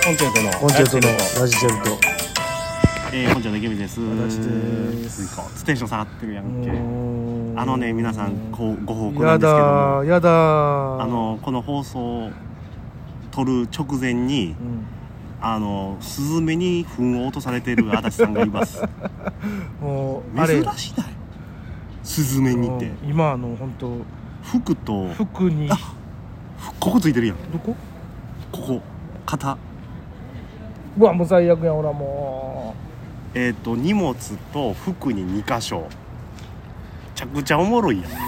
コンチェルトのラジチェルト、 コンチェルト池水です。テンション下がってるやんけ。皆さんご報告なんですけども、 やだこの放送を撮る直前に、スズメに糞を落とされている足立さんがいますもう珍しいないスズメにって今本当服にここついてるやん。 どこ？ ここ肩。 うわもう最悪やん。ほらもう荷物と服に2箇所。めちゃくちゃおもろいやん。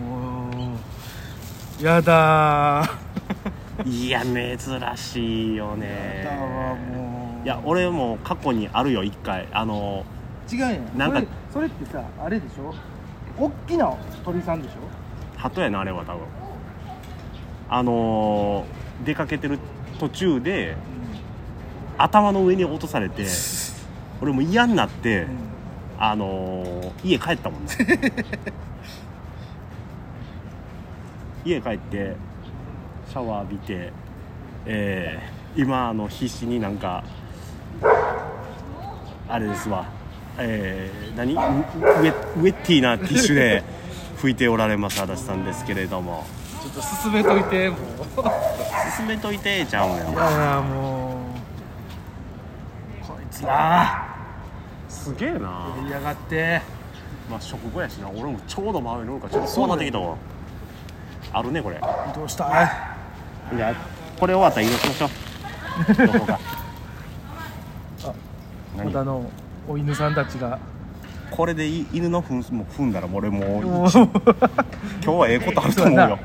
やだいや珍しいよね。 やだわもう。 いや俺も過去にあるよ1回。 違うやん。なんかそれってさあれでしょ。大きな鳥さんでしょ。鳩やなあれは多分。出かけてる途中で、頭の上に落とされて俺も嫌になって、家帰ったもんね家帰ってシャワー浴びて、今必死になんかあれですわ、ウェッティーなティッシュで拭いておられます足立さんですけれども、 ちょっと進めといてもう進めといてちゃうんや。 いやもうこいつらすげえな。 やりやがって。 まあ食後やしな。俺もちょうど真上に乗るからちょっとそうなってきたわ。あるねこれ。 どうしたい。 じゃあこれ終わったら移動しましょうどこか。 またお犬さんたちがこれで犬の糞も踏んだら俺もう今日はええことあると思うよ。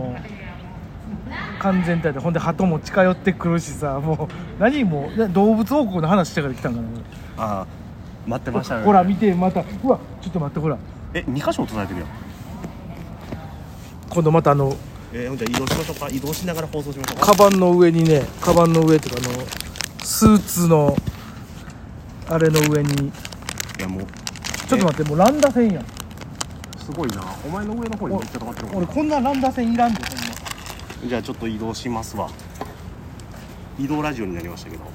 完全体でほんで鳩も近寄ってくるしさ、もう何も動物王国の話してから来たんかな。 ああ待ってましたね。 ほら見てまた。うわちょっと待ってほら。 2箇所落とされてるやん。 今度またじゃあ移動しましょうか。移動しながら放送しましょうか。 カバンの上っていうかスーツのあれの上に。 いやもうちょっと待って、もうランダ線やん。 すごいな。お前の上の方にめっちゃ止まってる。 俺こんなランダ線いらんでほんま。 じゃあちょっと移動しますわ。移動ラジオになりましたけど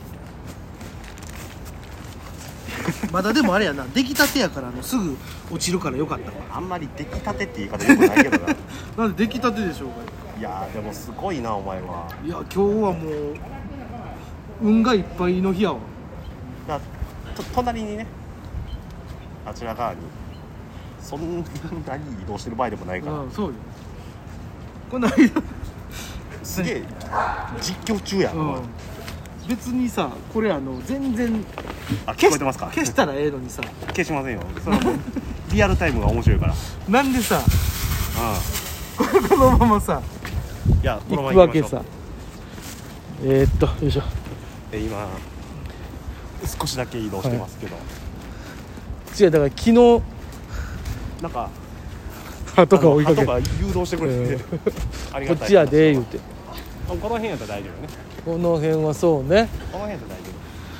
まだでもあれやな、出来たてやからすぐ落ちるからよかったわ。 あんまり出来たてって言い方よくないけどななんで出来たてでしょうか。 いやでもすごいなお前は。 いや今日はもう運がいっぱいの日やわ。 隣にね、あちら側にそんなに移動してる場合でもないから。 そうよ。この間すげえ実況中や、 別にさこれ全然聞こえてますか。 消したらええのにさ消しませんよ。それはもうリアルタイムが面白いからなんでさ、このままさいやこのまま行くわけさ。よいしょ。 今少しだけ移動してますけど、 違うだから昨日なんか鳩が追いかけ鳩が誘導してくれて、ありがたい。 こっちやで言うて。 この辺やったら大丈夫よね。 この辺はそうね。 この辺やったら大丈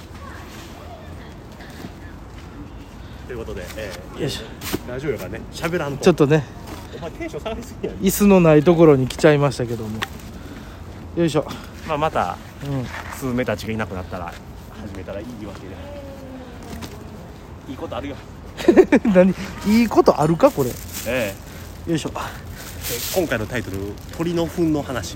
夫ということで、 よいしょ。 ラジオやからね喋らんと。 ちょっとねお前テンション下がりすぎやね。 椅子のないところに来ちゃいましたけども、よいしょ。 また、スズメたちがいなくなったら始めたらいいわけで、いいことあるよ何いいことあるかこれ。よいしょ。 今回のタイトル鳥の糞の話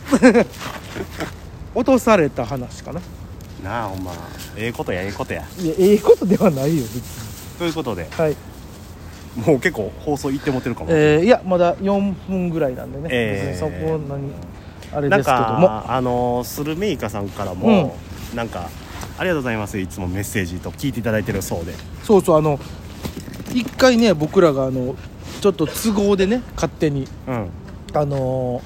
落とされた話かな。 なあほんまええことや。いやええことではないよ別に。 ということで、 はい、 もう結構放送いってもってるかも。 いやまだ4分ぐらいなんでね、別にそこ何あれですけども、 なんかスルメイカさんからも、なんかありがとうございますいつもメッセージと聞いていただいてるそうで。 そう一回ね僕らがちょっと都合でね勝手に、2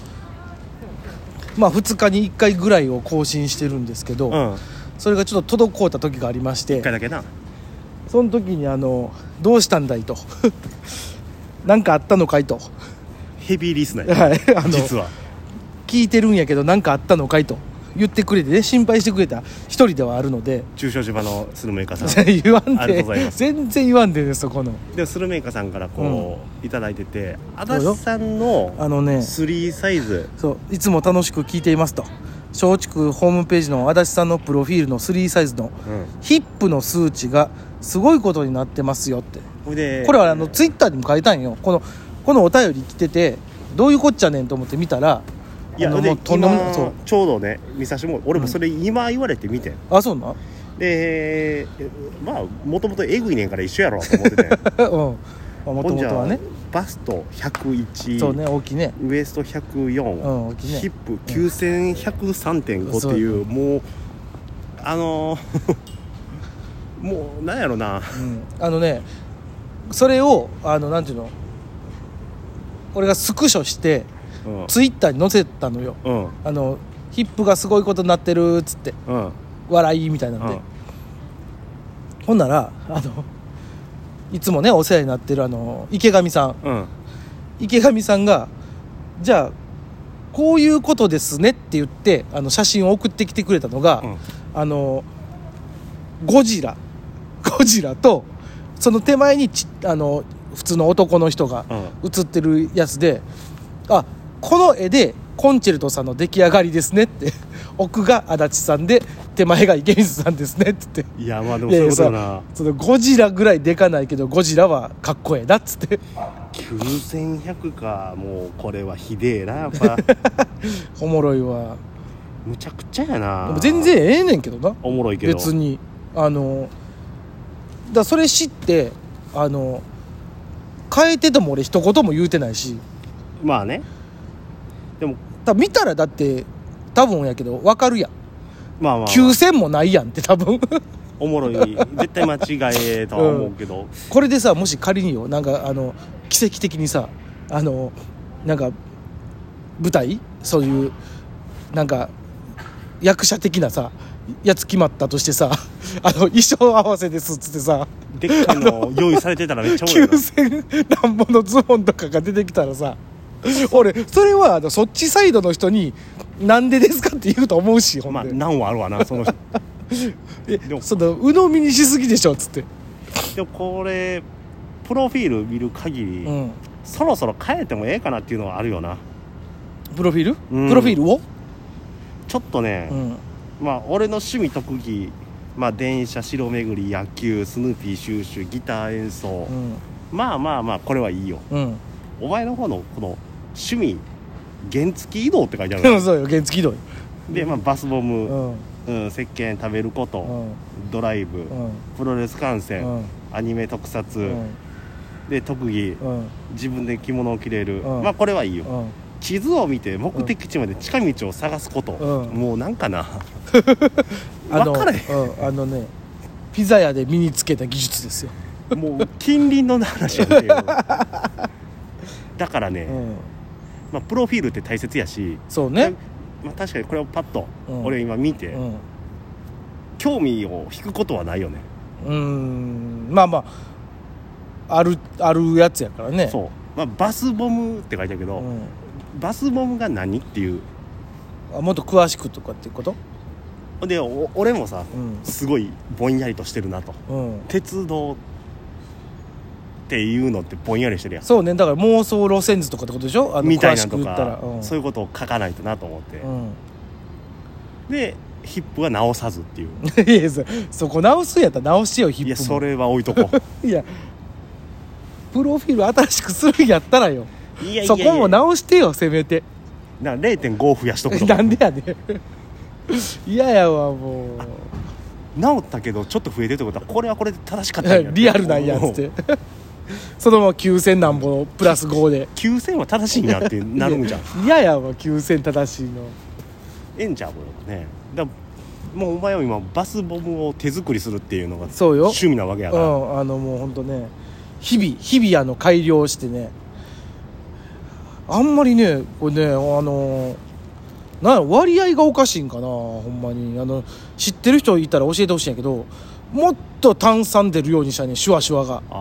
日に1回ぐらいを更新してるんですけど、それがちょっと滞った時がありまして、 1回だけな。 その時にどうしたんだいとなんかあったのかいと。 ヘビーリスナーや、実は聞いてるんやけどなんかあったのかいと言ってくれてね、心配してくれた一人ではあるので。 中小島のスルメイカさん言わんで、 ありがとうございます。 全然言わんでね、そこのでスルメイカさんからいただいてて、足立さんの3サイズ、 そういつも楽しく聞いていますと。 松竹ホームページの足立さんのプロフィールの3サイズのヒップの数値がすごいことになってますよって。これはツイッターにも書いたんよ。このお便り来ててどういうこっちゃねんと思って見たら、 いやで今ちょうどね見させても俺もそれ今言われて見て、 あ、そうな。 でまあもともとエグいねんから一緒やろと思っててもともとはね、 バスト101、 そうね、大きいね、 ウエスト104、 大きいね、 ヒップ 9103.5 っていう、もうもうなんやろな、 それをなんていうの、俺がスクショして、ツイッターに載せたのよ、ヒップがすごいことになってるっつって、笑いみたいなんで、ほんならいつもねお世話になってる池上さん、池上さんがじゃあこういうことですねって言って写真を送ってきてくれたのが、ゴジラとその手前に普通の男の人が写ってるやつで、あ、この絵でコンチェルトさんの出来上がりですねって奥が足立さんで手前が池水さんですねって言って、 いやまあでもそういうことだな、 そのゴジラぐらいでかないけどゴジラはかっこええなっつって 9100か、もうこれはひでえなやっぱおもろいわ、 むちゃくちゃやな。 でも全然ええねんけどな、 おもろいけど別にだそれ知って変えてても俺一言も言うてないし、 まあね、でも多分見たらだって多分やけど分かるやん、 まあまあ、 9000もないやんって多分おもろい絶対間違えとは思うけど、 これでさ、もし仮によ、なんか奇跡的にさなんか舞台そういうなんか役者的なさやつ決まったとしてさ衣装合わせですっつってさ、 でっかいの用意されてたらめっちゃおもろいな 9000何本のズボンとかが出てきたらさ俺それはそっちサイドの人になんでですかって言うと思うし、 まあ難はあるわなその人でもその鵜呑みにしすぎでしょっつって。 でもこれプロフィール見る限り、そろそろ変えてもええかなっていうのはあるよな。 プロフィール、プロフィールをちょっとね、まあ俺の趣味特技、まあ電車、城巡り、野球、スヌーピー収集、ギター演奏、まあこれはいいよ、お前の方のこの趣味原付移動って書いてあるそうよ、原付移動で、まあ、バスボム、石鹸食べること、ドライブ、プロレス観戦、アニメ特撮、で特技、自分で着物を着れる、まあこれはいいよ、地図を見て目的地まで近道を探すこと、もうなんかな分からへん、 ね、ピザ屋で身につけた技術ですよもう近隣の話やねだからね、まあ、プロフィールって大切やし、 そうね、 まあ、確かにこれをパッと俺今見て、興味を引くことはないよね。 まあまああるやつやからね。 そう、まあ、バスボムって書いてあるけど、バスボムが何っていう、 もっと詳しくとかっていうことで俺もさ、すごいぼんやりとしてるなと、鉄道っていうのってぼんやりしてるやん。 そうね、だから妄想路線図とかってことでしょ、 みたいなと詳しく言ったら、 か、そういうことを書かないとなと思って、でヒップは直さずっていういやそこ直すんやったら直してよ、ヒップも。 いやそれは置いとこういやプロフィール新しくするんやったらよ、 いやそこも直してよ、せめて。 な 0.5 増やしとくとかなんでやねん嫌やわ、もう直ったけどちょっと増えてるってことはこれはこれで正しかったんやリアルなんやつってそのまま9000何本プラス5で 9000は正しいんやってなるんじゃん嫌やわ、9000正しいの。 ええんちゃうこれね。だもうお前は今バスボムを手作りするっていうのがそうよ、 趣味なわけやから、 もうほんとね、日々改良してね、あんまりねこれねなんやろ、割合がおかしいんかな、ほんまに知ってる人いたら教えてほしいんやけど、もっと炭酸出るようにしたね、シュワシュワが。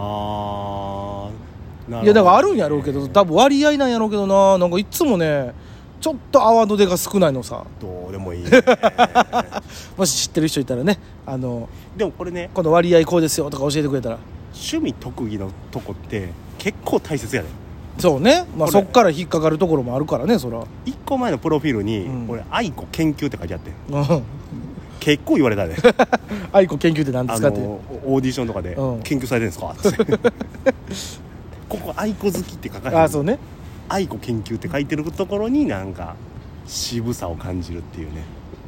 いやだからあるんやろうけど、多分割合なんやろうけどな、なんかいつもねちょっと泡の出が少ないのさ。 どうでもいいねもし知ってる人いたらね、 でもこれね、 この割合こうですよとか教えてくれたら。 趣味特技のとこって結構大切やね。 そうね、まあ、そっから引っかかるところもあるからね、そら。 一個前のプロフィールに、俺愛子研究って書いてあって、結構言われたで愛子研究って何ですかってオーディションとかで、研究されてるんですかってここ愛子好きって書かれてる。 そうね、 愛子研究って書いてるところになんか渋さを感じるっていうね。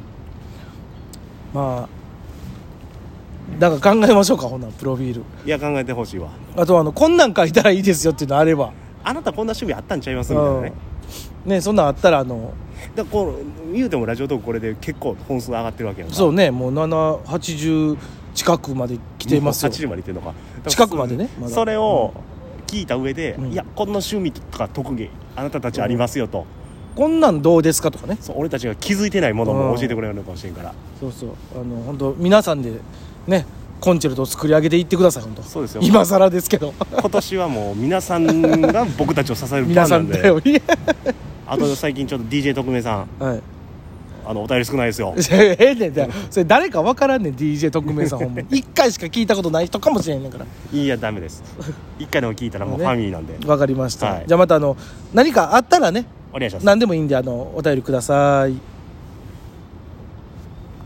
まあだから考えましょうか、ほんならプロフィール。 いや考えてほしいわ。 あとこんなん書いたらいいですよっていうのあれば、 あなたこんな趣味あったんちゃいますみたいなね。 ね、そんなんあったらだこう言うてもラジオトークこれで結構本数上がってるわけやんか。 そうね、もう780近くまで来てますよ。 80までいってるのか近くまでね、 ま、それを聞いた上で、いやこんな趣味とか特技あなたたちありますよと、 こんなんどうですかとかね。 そう俺たちが気づいてないものも教えてくれるのかもしれんから、 そうそう、本当皆さんでねコンチェルトを作り上げていってください。本当そうですよ。 今更ですけど今年はもう皆さんが僕たちを支える皆さんであと最近ちょっと DJ 特命さん、はい、お便り少ないですよそれ誰か分からんねん DJ 特命さんほんま1回しか聞いたことない人かもしれんねんから。 いやダメです、1回でも聞いたらもうファミリーなんで、 分かりました、はい、じゃあまた何かあったらね、 お願いします。 何でもいいんでお便りください。